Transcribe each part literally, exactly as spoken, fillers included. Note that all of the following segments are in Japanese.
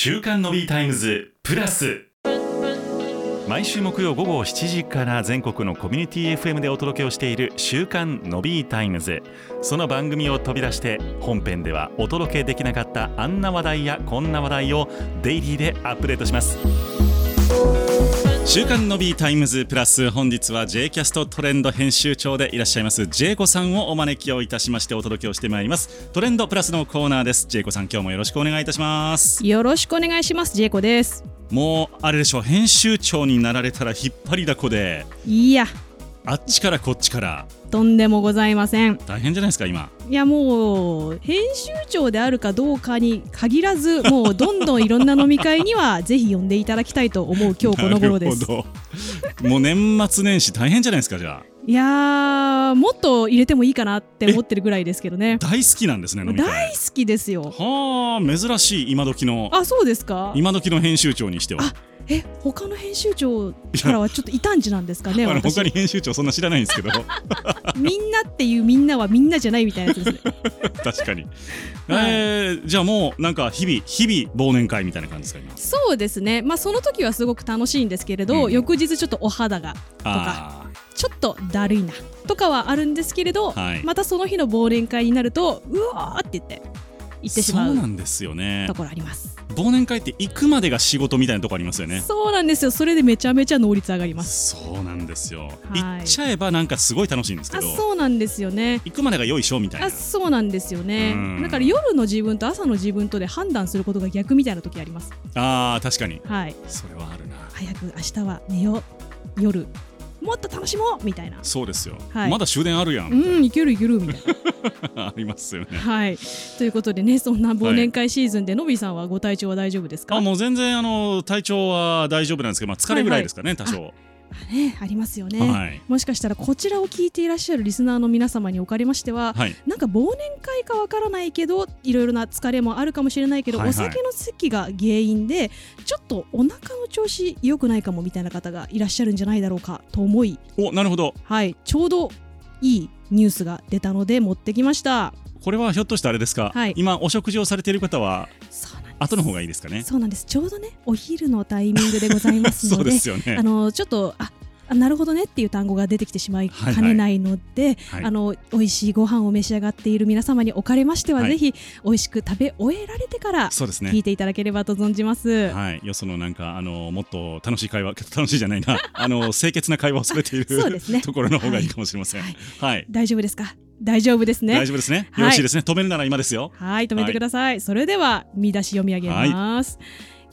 週刊の B タイムズプラス、毎週木曜午後しちじから全国のコミュニティ エフエム でお届けをしている週刊の B タイムズ。その番組を飛び出して本編ではお届けできなかったあんな話題やこんな話題をデイリーでアップデートします。週刊の B タイムズプラス、本日は J キャストトレンド編集長でいらっしゃいます J 子さんをお招きをいたしましてお届けをしてまいります。トレンドプラスのコーナーです。 J 子さん、今日もよろしくお願いいたします。 よろしくお願いします。 J 子です。 もうあれでしょう、編集長になられたら引っ張りだこで、 いやあっちからこっちからとんでもございません。 大変じゃないですか今。 いやもう編集長であるかどうかに限らず、もうどんどんいろんな飲み会にはぜひ呼んでいただきたいと思う今日この頃です。 なるほど。もう年末年始大変じゃないですか。じゃあいやー、もっと入れてもいいかなって思ってるぐらいですけどね。 大好きなんですね、飲み会。 大好きですよ。 はあ、珍しい今時の。 あ、そうですか。 今時の編集長にしては。 あ、え、他の編集長からはちょっと異端児なんですかね。 あの他に編集長そんな知らないんですけどみんなっていうみんなはみんなじゃないみたいなやつですね確かに、はい。えー、じゃあもうなんか日々日々忘年会みたいな感じですか今。 そうですね、まあ、その時はすごく楽しいんですけれど、うん、翌日ちょっとお肌がとかちょっとだるいなとかはあるんですけれど、はい、またその日の忘年会になるとうわーって言って行ってしまう。 そうなんですよね。 ところあります。 忘年会って行くまでが仕事みたいなところありますよね。 そうなんですよ。それでめちゃめちゃ能率上がります。 そうなんですよ、 はい、 行っちゃえばなんかすごい楽しいんですけど。 あ、そうなんですよね。 行くまでが良いしょみたいな。 あ、そうなんですよね。だから夜の自分と朝の自分とで判断することが逆みたいな時あります。 あー、確かに、 はい、 それはあるな。 早く明日は寝よう、夜もっと楽しもうみたいな。 そうですよ、 はい、 まだ終電あるやん。 うん、いけるいけるみたいなありますよね。 はい、ということでね、そんな忘年会シーズンで、はい、のびさんはご体調は大丈夫ですか？ あ、もう全然あの体調は大丈夫なんですけど、まあ、疲れぐらいですかね、はいはい、多少あ, ね、ありますよね、 はい、 もしかしたらこちらを聞いていらっしゃるリスナーの皆様におかれましては、はい、なんか忘年会かわからないけどいろいろな疲れもあるかもしれないけど、はいはい、お酒の席が原因でちょっとお腹の調子良くないかもみたいな方がいらっしゃるんじゃないだろうかと思い、 お、なるほど、 はい、ちょうどいいニュースが出たので持ってきました。 これはひょっとしてあれですか、はい、今お食事をされている方は後の方がいいですかね。 そうなんです。ちょうどねお昼のタイミングでございますのでそうですよね、 あのちょっとあなるほどねっていう単語が出てきてしまいかねないので、はいはい、あの美味しいご飯を召し上がっている皆様におかれましては、はい、ぜひ美味しく食べ終えられてから聞いていただければと存じます。 はい、よそのなんかあのもっと楽しい会話、楽しいじゃないなあの清潔な会話をされているそうです、ね、ところの方がいいかもしれません。はいはいはい、大丈夫ですか？大丈夫ですね。 大丈夫ですね。よろしいですね、はい、止めるなら今ですよ。 はい、止めてください、はい、それでは見出し読み上げます、はい、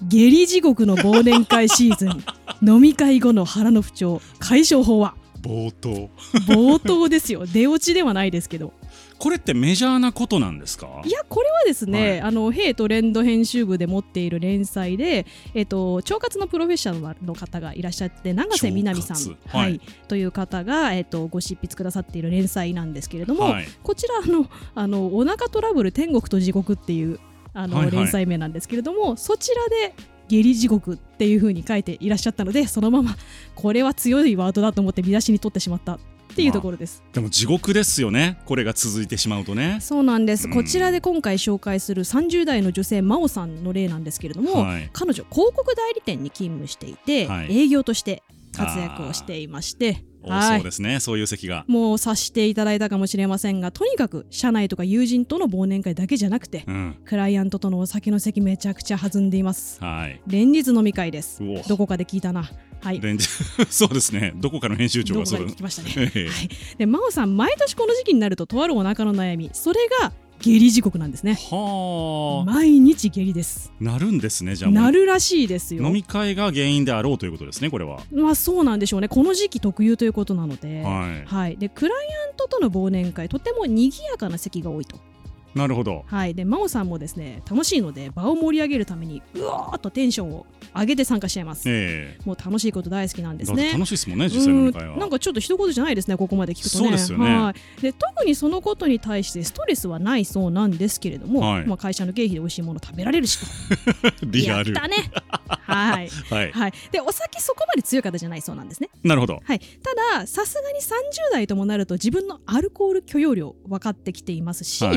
下痢地獄の忘年会シーズン飲み会後の腹の不調解消法は？ 冒頭冒頭ですよ。出落ちではないですけど。 これってメジャーなことなんですか？ いや、これはですね、はい、あのヘイトレンド編集部で持っている連載で、えっと、腸活のプロフェッショナルの方がいらっしゃって永瀬みなみさん、はいはい、という方が、えっと、ご執筆くださっている連載なんですけれども、はい、こちらのあのお腹トラブル天国と地獄っていうあの、はいはい、連載名なんですけれども、そちらで下痢地獄っていう風に書いていらっしゃったので、そのままこれは強いワードだと思って見出しに取ってしまったっていうところです。 まあ、でも地獄ですよね、これが続いてしまうとね。 そうなんです、うん、こちらで今回紹介するさんじゅう代の女性真央さんの例なんですけれども、はい、彼女広告代理店に勤務していて、はい、営業として活躍をしていまして、 はい、そうですね、そういう席がもう察していただいたかもしれませんが、とにかく社内とか友人との忘年会だけじゃなくて、うん、クライアントとのお酒の席めちゃくちゃ弾んでいます、はい、連日飲み会です。どこかで聞いたな、はい、連日そうですね、どこかの編集長がそう聞きましたね、はい、で真央さん毎年この時期になるととあるお腹の悩み、それが下痢地獄なんですね。はあ、毎日下痢です。 なるんですね。じゃあなるらしいですよ。 飲み会が原因であろうということですね、これは。 まあそうなんでしょうね。この時期特有ということなので、はいはい、でクライアントとの忘年会とても賑やかな席が多いと。 なるほど、 はい、で真央さんもですね楽しいので場を盛り上げるためにうわーっとテンションを上げて参加しちゃいます、えー、もう楽しいこと大好きなんですね。 楽しいですもんね、実際の飲み会は。 なんかちょっと一言じゃないですね、ここまで聞くとね。 そうですよね。 はい、で特にそのことに対してストレスはないそうなんですけれども、はい、まあ、会社の経費で美味しいもの食べられるしとリアルやったねはいはいはい、でお酒そこまで強い方じゃないそうなんですね。 なるほど、 はい、たださすがにさんじゅう代ともなると自分のアルコール許容量分かってきていますし、はい、そこ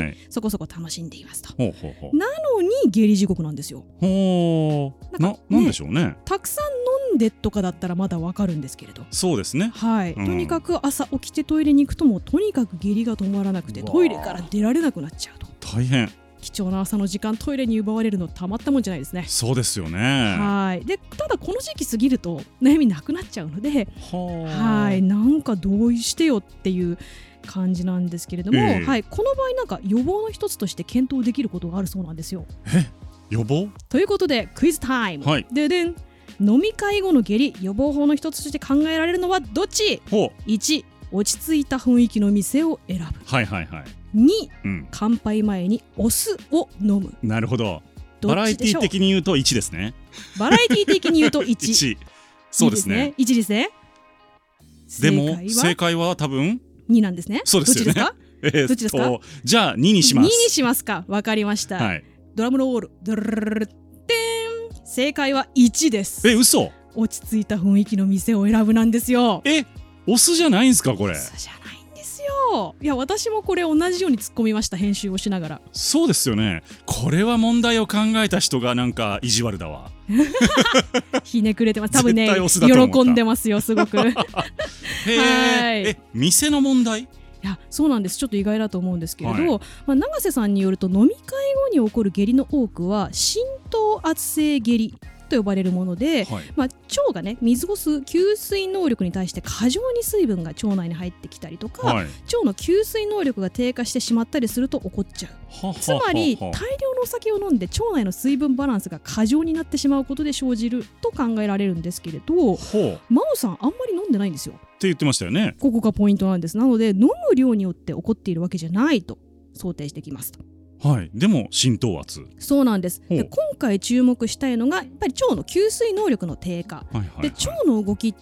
こそこ楽しんでいますと。 ほうほうほう。 なのに下痢地獄なんですよ。 ほう。な、なんでしょうね。 たくさん飲んでとかだったらまだわかるんですけれど。 そうですね。 はい、 うん、 とにかく朝起きてトイレに行くともうとにかく下痢が止まらなくてトイレから出られなくなっちゃうと。 大変。貴重な朝の時間トイレに奪われるのたまったもんじゃないですね。 そうですよね。 はい。でただこの時期過ぎると悩みなくなっちゃうので、はいなんか同意してよっていう感じなんですけれども、えーはい、この場合なんか予防の一つとして検討できることがあるそうなんですよ。 え予防ということでクイズタイム、 はい、 ででん飲み会後の下痢予防法の一つとして考えられるのはどっち？いち落ち着いた雰囲気の店を選ぶ。 はいはいはい。 に、 うん、 乾杯前にお酢を飲む。 なるほど。バラエティ的に言うといちですね。 バラエティ的に言うといち。 いちそうですね。 いちですね。 でも正解は多分になんですね。 そうですよね。 どっちですか？えー、どっちですか？ じゃあににします。 ににしますか。わかりました。はい、ドラムロール。ドルルルルル正解はいちです。 え、嘘？ 落ち着いた雰囲気の店を選ぶなんですよ。 え、お酢じゃないんですかこれ？ お酢じゃないんですよ。いや私もこれ同じように突っ込みました、編集をしながら。 そうですよね。これは問題を考えた人がなんか意地悪だわ。 ひねくれてます。多分ね喜んでますよすごく。へー、え、店の問題？ いやそうなんです。ちょっと意外だと思うんですけれど、はい、まあ、永瀬さんによると飲み会後に起こる下痢の多くは浸透圧性下痢と呼ばれるもので、はい、まあ、腸がね水を吸う吸水能力に対して過剰に水分が腸内に入ってきたりとか、はい、腸の吸水能力が低下してしまったりすると起こっちゃう。ははははつまり大量のお酒を飲んで腸内の水分バランスが過剰になってしまうことで生じると考えられるんですけれど、真央さんあんまり飲んでないんですよって言ってましたよね。 ここがポイントなんです。なので飲む量によって起こっているわけじゃないと想定してきますと。 はい、でも浸透圧。 そうなんです。で今回注目したいのがやっぱり腸の吸水能力の低下、はいはいはい、で腸の動きって、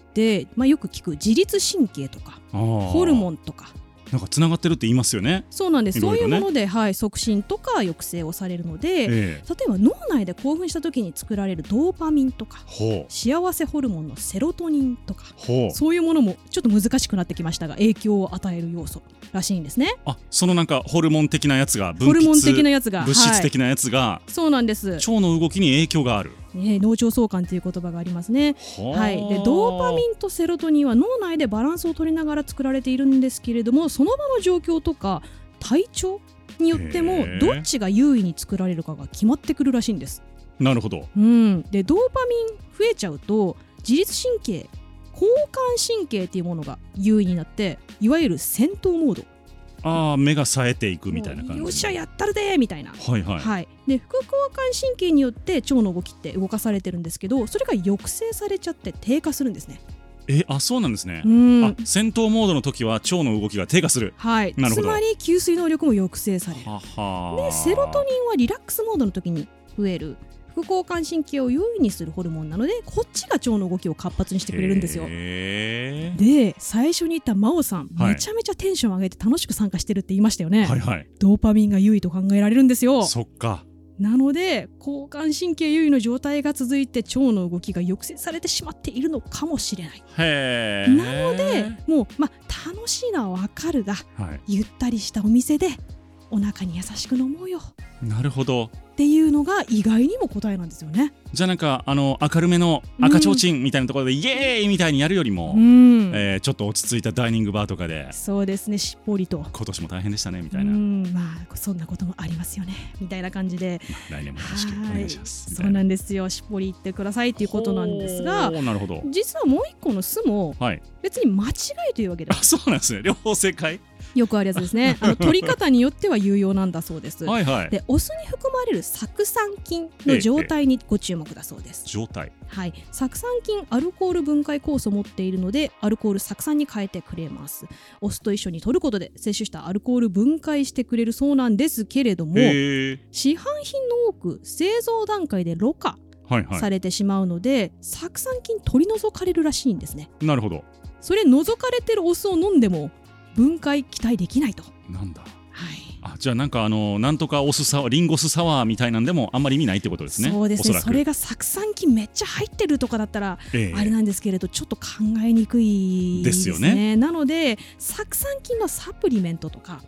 まあ、よく聞く自律神経とかホルモンとかなんかつながってるって言いますよね。 そうなんです。いろいろね、そういうもので、はい、促進とか抑制をされるので、えー、例えば脳内で興奮した時に作られるドーパミンとか幸せホルモンのセロトニンとかそういうものもちょっと難しくなってきましたが影響を与える要素らしいんですね。 あ、そのなんかホルモン的なやつが分泌ホルモン的なやつが物質的なやつが、はい、 そうなんです。 腸の動きに影響がある。 ね、脳腸相関という言葉がありますね。はい、でドーパミンとセロトニンは脳内でバランスを取りながら作られているんですけれども、その場の状況とか体調によってもどっちが優位に作られるかが決まってくるらしいんです。 なるほど、 うん、でドーパミン増えちゃうと自律神経交感神経っていうものが優位になっていわゆる戦闘モード、 あー目が冴えていくみたいな感じ。 よっしゃやったるでみたいな、 はいはいはい、で副交感神経によって腸の動きって動かされてるんですけど、それが抑制されちゃって低下するんですね。 えあそうなんですね。うんあ戦闘モードの時は腸の動きが低下する。 はい、なるほど。つまり吸水能力も抑制される。ははでセロトニンはリラックスモードの時に増える副交感神経を優位にするホルモンなので、こっちが腸の動きを活発にしてくれるんですよ。で最初に言った真央さん、はい、めちゃめちゃテンション上げて楽しく参加してるって言いましたよね。はいはい、ドーパミンが優位と考えられるんですよ。 そっか。 なので交感神経優位の状態が続いて腸の動きが抑制されてしまっているのかもしれない。 へなのでもう、まあ、楽しいのは分かるが、はい、ゆったりしたお店でお腹に優しく飲もうよ。 なるほどっていうのが意外にも答えなんですよね。 じゃあなんかあの明るめの赤ちょうちんみたいなところで、うん、イエーイみたいにやるよりも、うんえー、ちょっと落ち着いたダイニングバーとかで、 そうですね、しっぽりと今年も大変でしたねみたいな、 うんまあそんなこともありますよねみたいな感じで、 まあ、来年もよろしくお願いしますそうなんですよ、しっぽり言ってくださいっていうことなんですが、 なるほど。 実はもう一個の酢も別に間違いというわけでは、 はい、あそうなんですね。両方正解。 よくあるやつですね。あの取り方によっては有用なんだそうです。はい、はい、でお酢に含まれる酢酸菌の状態にご注目だそうです。 状態、 はい、酢酸菌アルコール分解酵素を持っているのでアルコール酢酸に変えてくれます。お酢と一緒に取ることで摂取したアルコール分解してくれるそうなんですけれども、市販品の多く製造段階でろ過されてしまうので、はいはい、酢酸菌取り除かれるらしいんですね。 なるほど。 それ除かれてるお酢を飲んでも分解期待できないと。 なんだ、 はい、 あじゃあなんかあのなんとかお酢サワーリンゴ酢サワーみたいなんでもあんまり意味ないってことですね。 そうですね。それが酢酸菌めっちゃ入ってるとかだったら、えー、あれなんですけれどちょっと考えにくいですね。ですよね。なので酢酸菌のサプリメントとか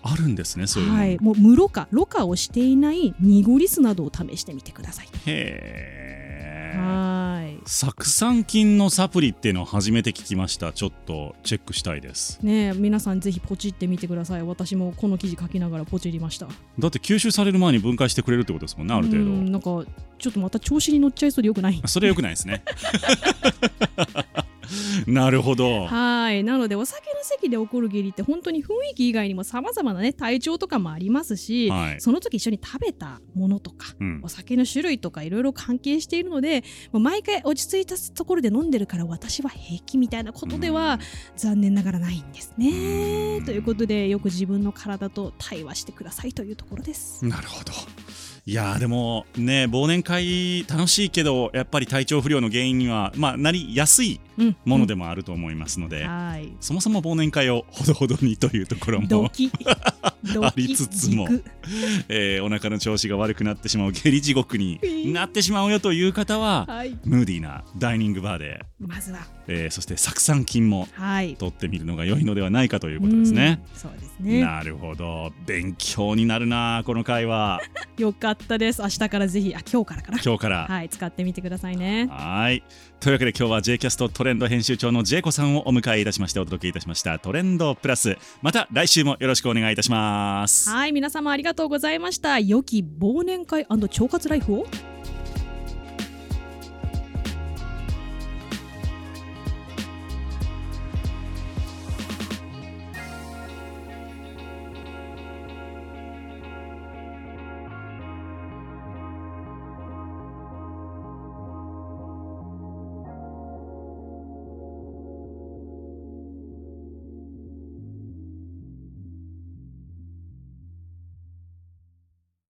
あるんですね、そういうの。 はい、もう無ろ過ろ過をしていない濁り酢などを試してみてください。 へー、 はい、 酢酸菌のサプリっていうのを初めて聞きました。ちょっとチェックしたいです。 ね、皆さんぜひポチってみてください。私もこの記事書きながらポチりました。 だって吸収される前に分解してくれるってことですもんね、ある程度。 うんなんかちょっとまた調子に乗っちゃいそうでよくない。 それよくないですね。なるほど。 はいなのでお酒の席で起こる下痢って本当に雰囲気以外にもさまざまなね体調とかもありますし、はい、その時一緒に食べたものとか、うん、お酒の種類とかいろいろ関係しているので、もう毎回落ち着いたところで飲んでるから私は平気みたいなことでは残念ながらないんですね。ということでよく自分の体と対話してくださいというところです。 なるほど。いやでもね、忘年会楽しいけどやっぱり体調不良の原因には、まあ、なりやすいものでもあると思いますので、うんうん、そもそも忘年会をほどほどにというところもドキありつつも、えー、お腹の調子が悪くなってしまう下痢地獄になってしまうよという方は、はい、ムーディーなダイニングバーでまずは、 えー、そして酢酸菌も取ってみるのが良いのではないかということですね。 うん、そうですね。 なるほど、勉強になるなこの会話。 よかったです。明日からぜひ、あ今日からかな今日から、 はい、使ってみてくださいね。 はいというわけで今日は ジェイキャスト トレンド編集長のジェイコさんをお迎えいたしましてお届けいたしましたトレンドプラス。また来週もよろしくお願いいたします。 はい皆様ありがとうございました。良き忘年会&腸活ライフを。